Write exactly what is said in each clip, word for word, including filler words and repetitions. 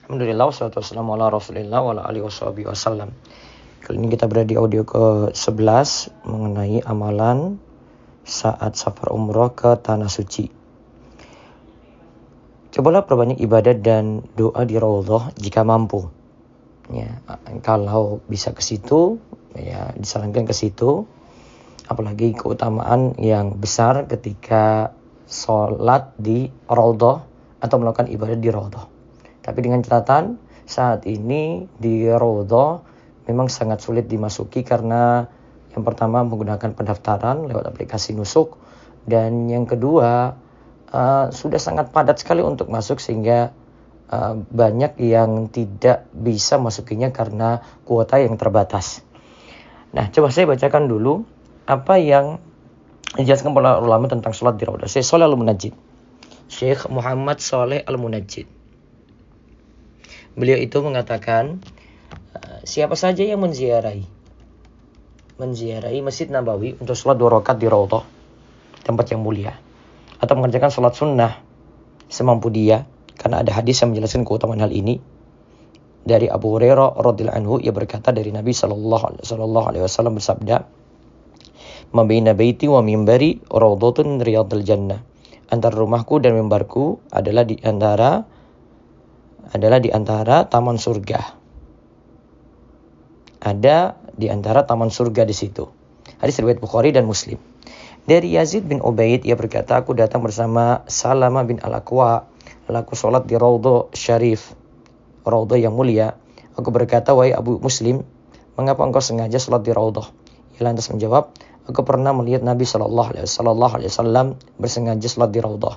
Alhamdulillah, wassalatu wassalamu ala rasulillah wa ala alihi wasallam. Kali ini kita berada di audio ke sebelas mengenai amalan saat safar umroh ke Tanah Suci. Cobalah perbanyak ibadah dan doa di Raudhah jika mampu. Ya, kalau bisa ke situ, ya disarankan ke situ. Apalagi keutamaan yang besar ketika sholat di Raudhah atau melakukan ibadah di Raudhah. Tapi dengan catatan, saat ini di Raudhah memang sangat sulit dimasuki karena yang pertama menggunakan pendaftaran lewat aplikasi Nusuk, dan yang kedua uh, sudah sangat padat sekali untuk masuk sehingga uh, banyak yang tidak bisa masukinya karena kuota yang terbatas. Nah, coba saya bacakan dulu apa yang dijelaskan para ulama tentang sholat di Raudhah. Syekh Shalih Al-Munajjid, Syekh Muhammad Shalih Al-Munajjid. Beliau itu mengatakan, siapa saja yang menziarahi menziarahi Masjid Nabawi untuk sholat dua rakaat di Raudhah, tempat yang mulia, atau mengerjakan sholat sunnah semampu dia, karena ada hadis yang menjelaskan keutamaan hal ini dari Abu Hurairah radhiyallahu anhu. Ia berkata dari Nabi sallallahu alaihi wasallam bersabda, "Ma baina baiti wa mimbari raudhatun riyadil jannah." Antara rumahku dan mimbarku adalah di antara adalah di antara taman surga. Ada di antara taman surga di situ. Hadis riwayat Bukhari dan Muslim. Dari Yazid bin Ubaid, ia berkata, aku datang bersama Salama bin Al-Aqwa, laku sholat di Raudhah Syarif, Raudhah yang mulia. Aku berkata, wahai Abu Muslim, mengapa engkau sengaja sholat di Raudhah? Ia lantas menjawab, aku pernah melihat Nabi Shallallahu Alaihi Wasallam bersengaja sholat di Raudhah.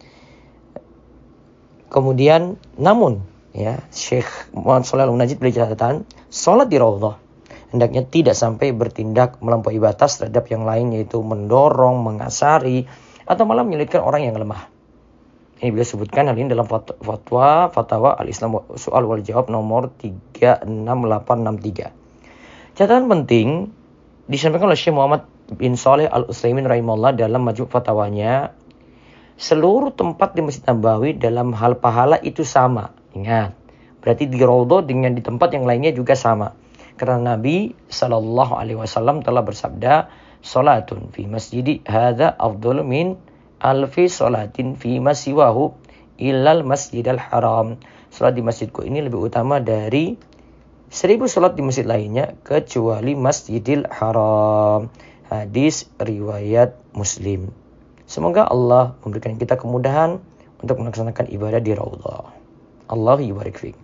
Kemudian, namun, ya, Syekh Muhammad Shalih Al-Munajjid beri catatan, sholat di Raudhah hendaknya tidak sampai bertindak melampaui batas terhadap yang lain, yaitu mendorong, mengasari, atau malah menyulitkan orang yang lemah. Ini beliau sebutkan hal ini dalam fatwa Fatawa Al-Islam Soal wal Jawab nomor tiga enam delapan enam tiga. Catatan penting disampaikan oleh Syekh Muhammad bin Shalih Al-Utsaimin rahimahullah dalam majmu' fatwanya. Seluruh tempat di Masjid Nabawi dalam hal pahala itu sama. Ingat, berarti di Raudhah dengan di tempat yang lainnya juga sama. Karena Nabi Sallallahu Alaihi Wasallam telah bersabda, "Salatun fi masjidi hadza afdalu min alfi salatin fi masiwahu illal masjidal haram." Salat di masjidku ini lebih utama dari seribu salat di masjid lainnya kecuali Masjidil Haram. Hadis riwayat Muslim. Semoga Allah memberikan kita kemudahan untuk melaksanakan ibadah di Raudhah. Allahu yubarik fiik.